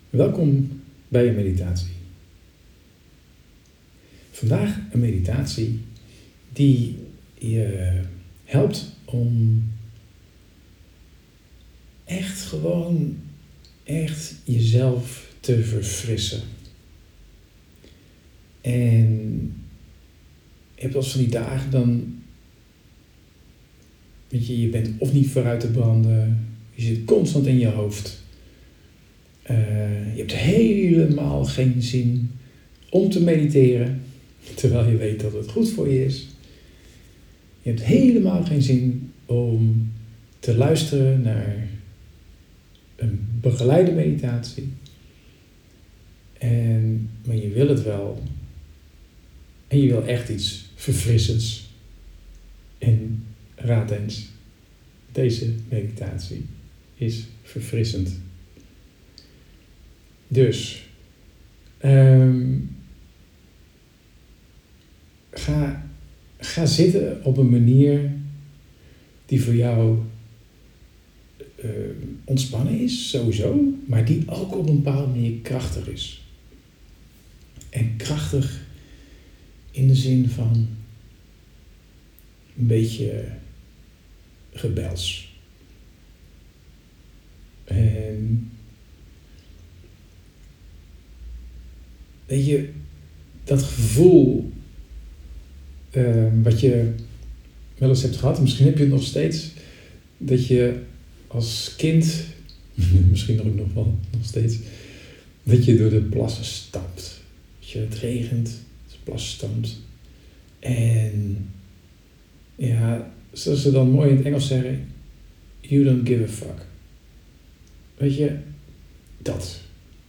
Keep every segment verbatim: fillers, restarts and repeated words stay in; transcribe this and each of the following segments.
Welkom bij een meditatie. Vandaag een meditatie die je helpt om echt gewoon echt jezelf te verfrissen. En je hebt wel eens van die dagen dan, weet je, je bent of niet vooruit te branden, je zit constant in je hoofd. Uh, je hebt helemaal geen zin om te mediteren, terwijl je weet dat het goed voor je is. Je hebt helemaal geen zin om te luisteren naar een begeleide meditatie. En, maar je wil het wel. En je wil echt iets verfrissends. En raad eens, deze meditatie is verfrissend. Dus, um, ga, ga zitten op een manier die voor jou uh, ontspannen is, sowieso, maar die ook op een bepaalde manier krachtig is. En krachtig in de zin van een beetje rebels. En weet je, dat gevoel uh, wat je wel eens hebt gehad, misschien heb je het nog steeds, dat je als kind, misschien ook nog wel nog steeds, dat je door de plassen stapt. Dat je, het regent, de plas stampt. En ja, zoals ze dan mooi in het Engels zeggen, you don't give a fuck. Weet je, dat.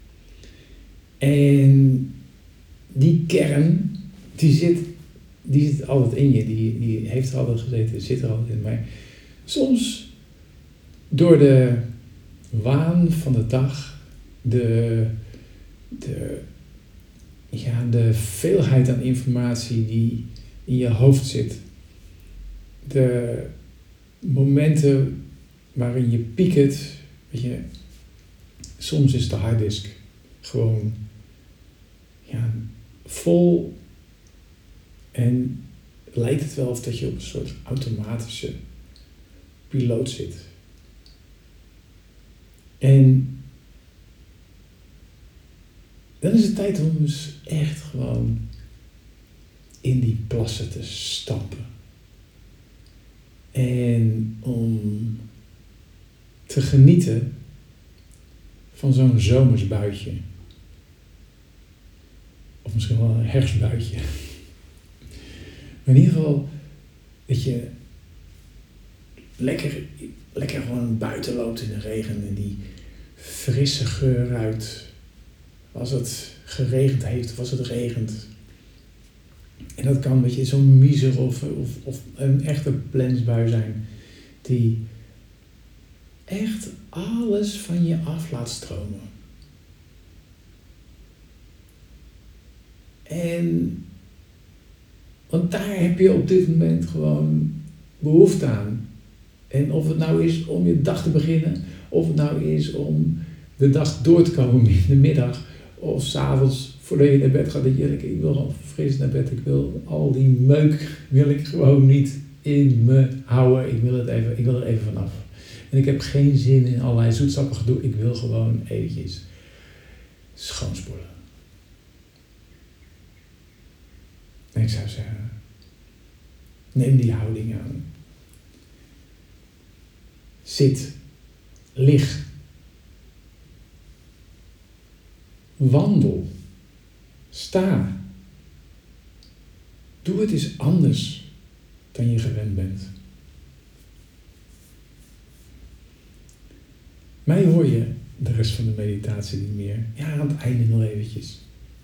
En die kern, die zit, die zit altijd in je, die, die heeft er altijd gezeten, zit er altijd in. Maar soms, door de waan van de dag, de, de, ja, de veelheid aan informatie die in je hoofd zit, de momenten waarin je piekert, weet je, soms is de harddisk gewoon ja, vol en lijkt het wel of dat je op een soort automatische piloot zit. En dan is het tijd om dus echt gewoon in die plassen te stappen. En om te genieten van zo'n zomersbuitje. Of misschien wel een herfstbuitje. Maar in ieder geval dat je lekker, lekker gewoon buiten loopt in de regen en die frisse geur ruikt. Als het geregend heeft of als het regent. En dat kan een beetje zo'n miser of, of, of een echte plensbui zijn. Die echt alles van je af laat stromen. En want daar heb je op dit moment gewoon behoefte aan. En of het nou is om je dag te beginnen, of het nou is om de dag door te komen in de middag, of 's avonds voordat je naar bed gaat, dat je, ik wil gewoon fris naar bed, ik wil al die meuk, wil ik gewoon niet in me houden, ik wil, het even, ik wil er even vanaf. En ik heb geen zin in allerlei zoetsappig gedoe, ik wil gewoon eventjes schoonspoelen. En ik zou zeggen, neem die houding aan. Zit, lig, wandel, sta. Doe het eens anders dan je gewend bent. Mij hoor je de rest van de meditatie niet meer. Ja, aan het einde nog eventjes.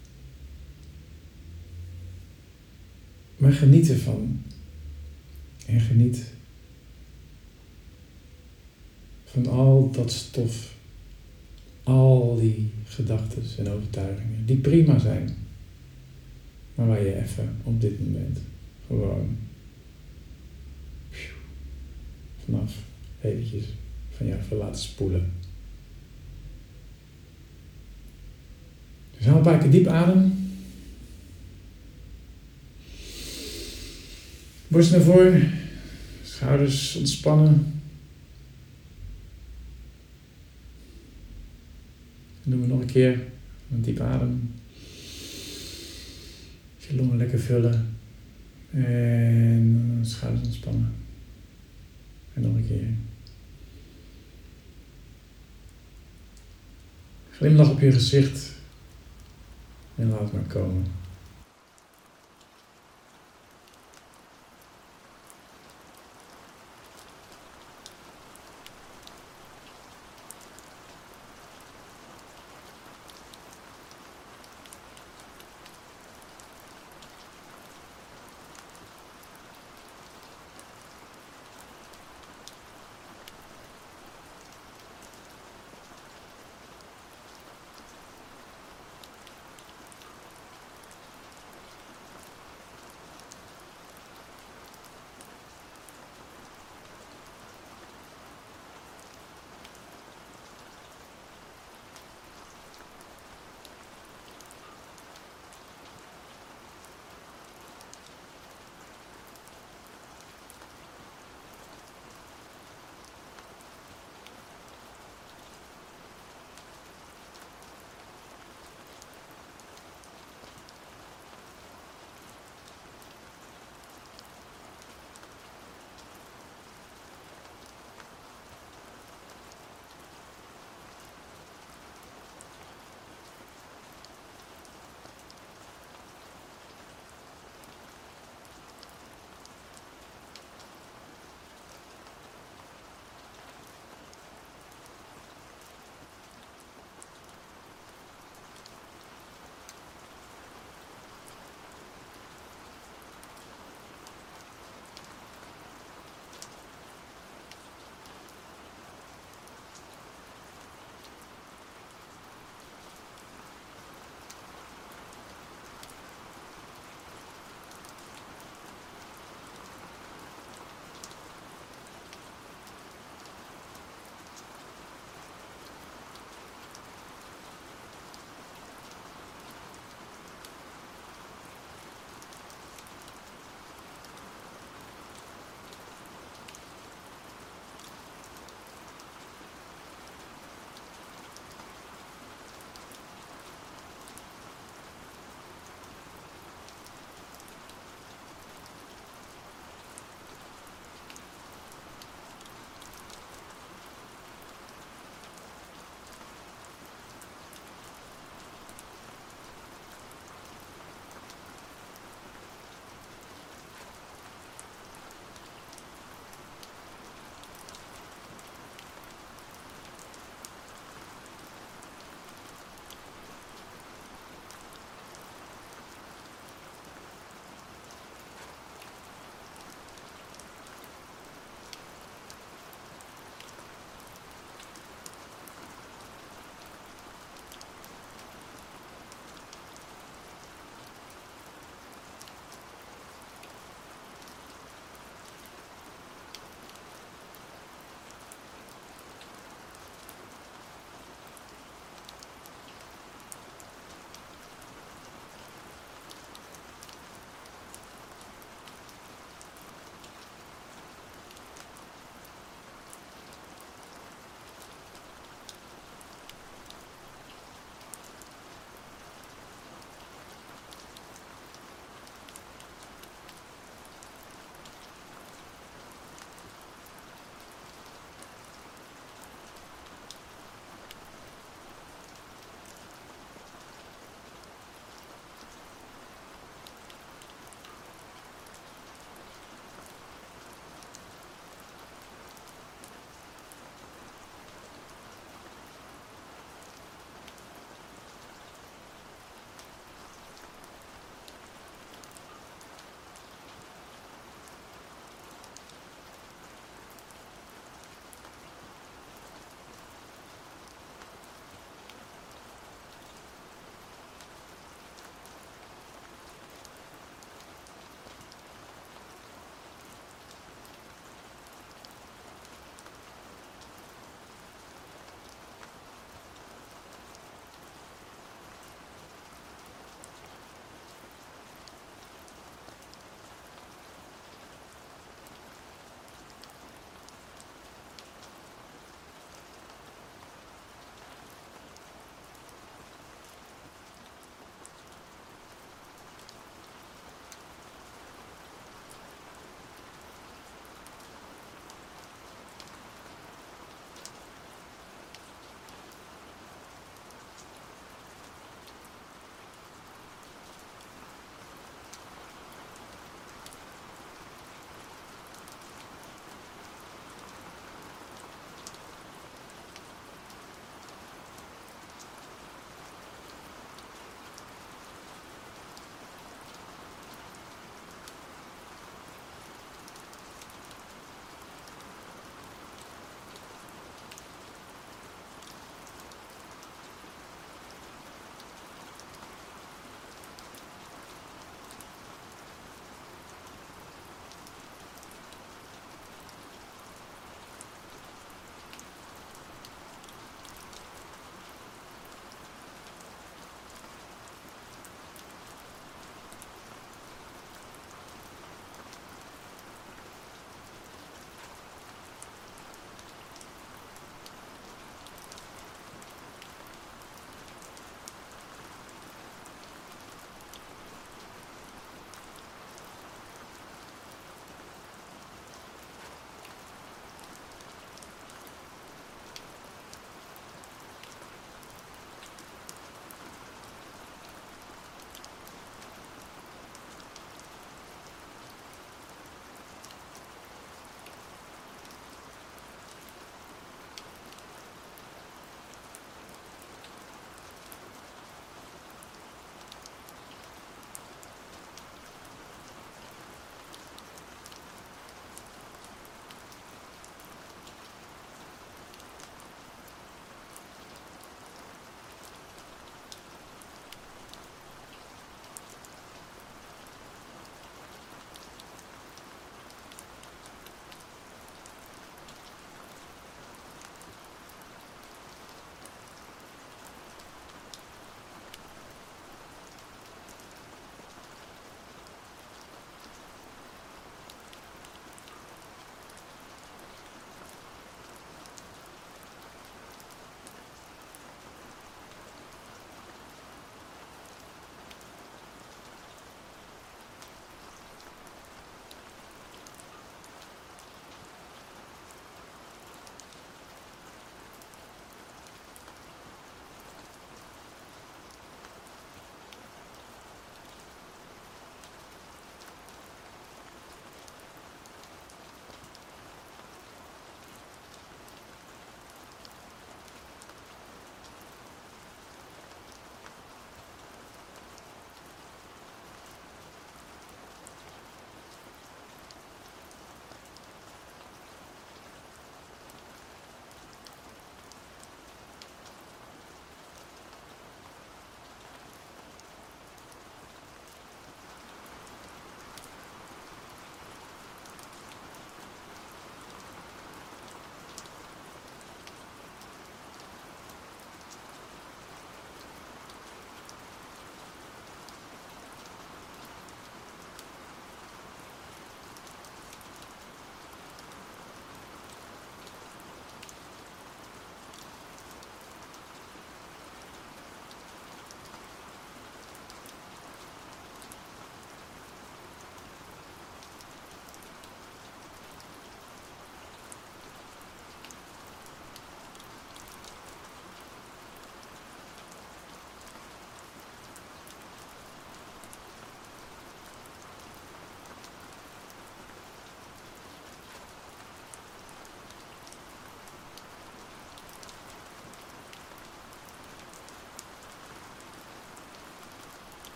Maar geniet ervan. En geniet van al dat stof. Al die gedachten en overtuigingen. Die prima zijn. Maar waar je even op dit moment gewoon vanaf eventjes van jou even laten spoelen. Haal een paar keer diep adem. Borst naar voren. Schouders ontspannen. Dan doen we nog een keer. Een diepe adem. Je longen lekker vullen. En schouders ontspannen. En nog een keer. Glimlach op je gezicht. En laat het maar komen.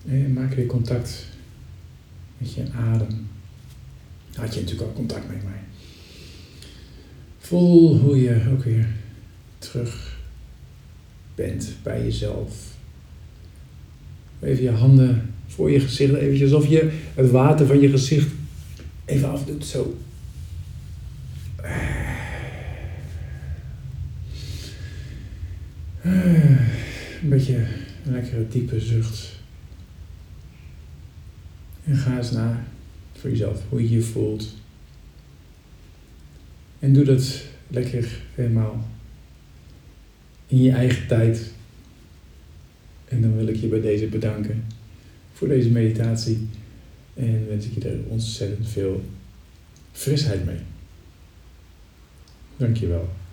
En maak weer contact met je adem. Had je natuurlijk al contact met mij. Voel hoe je ook weer terug bent bij jezelf. Even je handen voor je gezicht, eventjes alsof je het water van je gezicht even afdoet, zo. Een beetje een lekkere diepe zucht. En ga eens na voor jezelf, hoe je je voelt. En doe dat lekker helemaal in je eigen tijd. En dan wil ik je bij deze bedanken voor deze meditatie. En wens ik je er ontzettend veel frisheid mee. Dank je wel.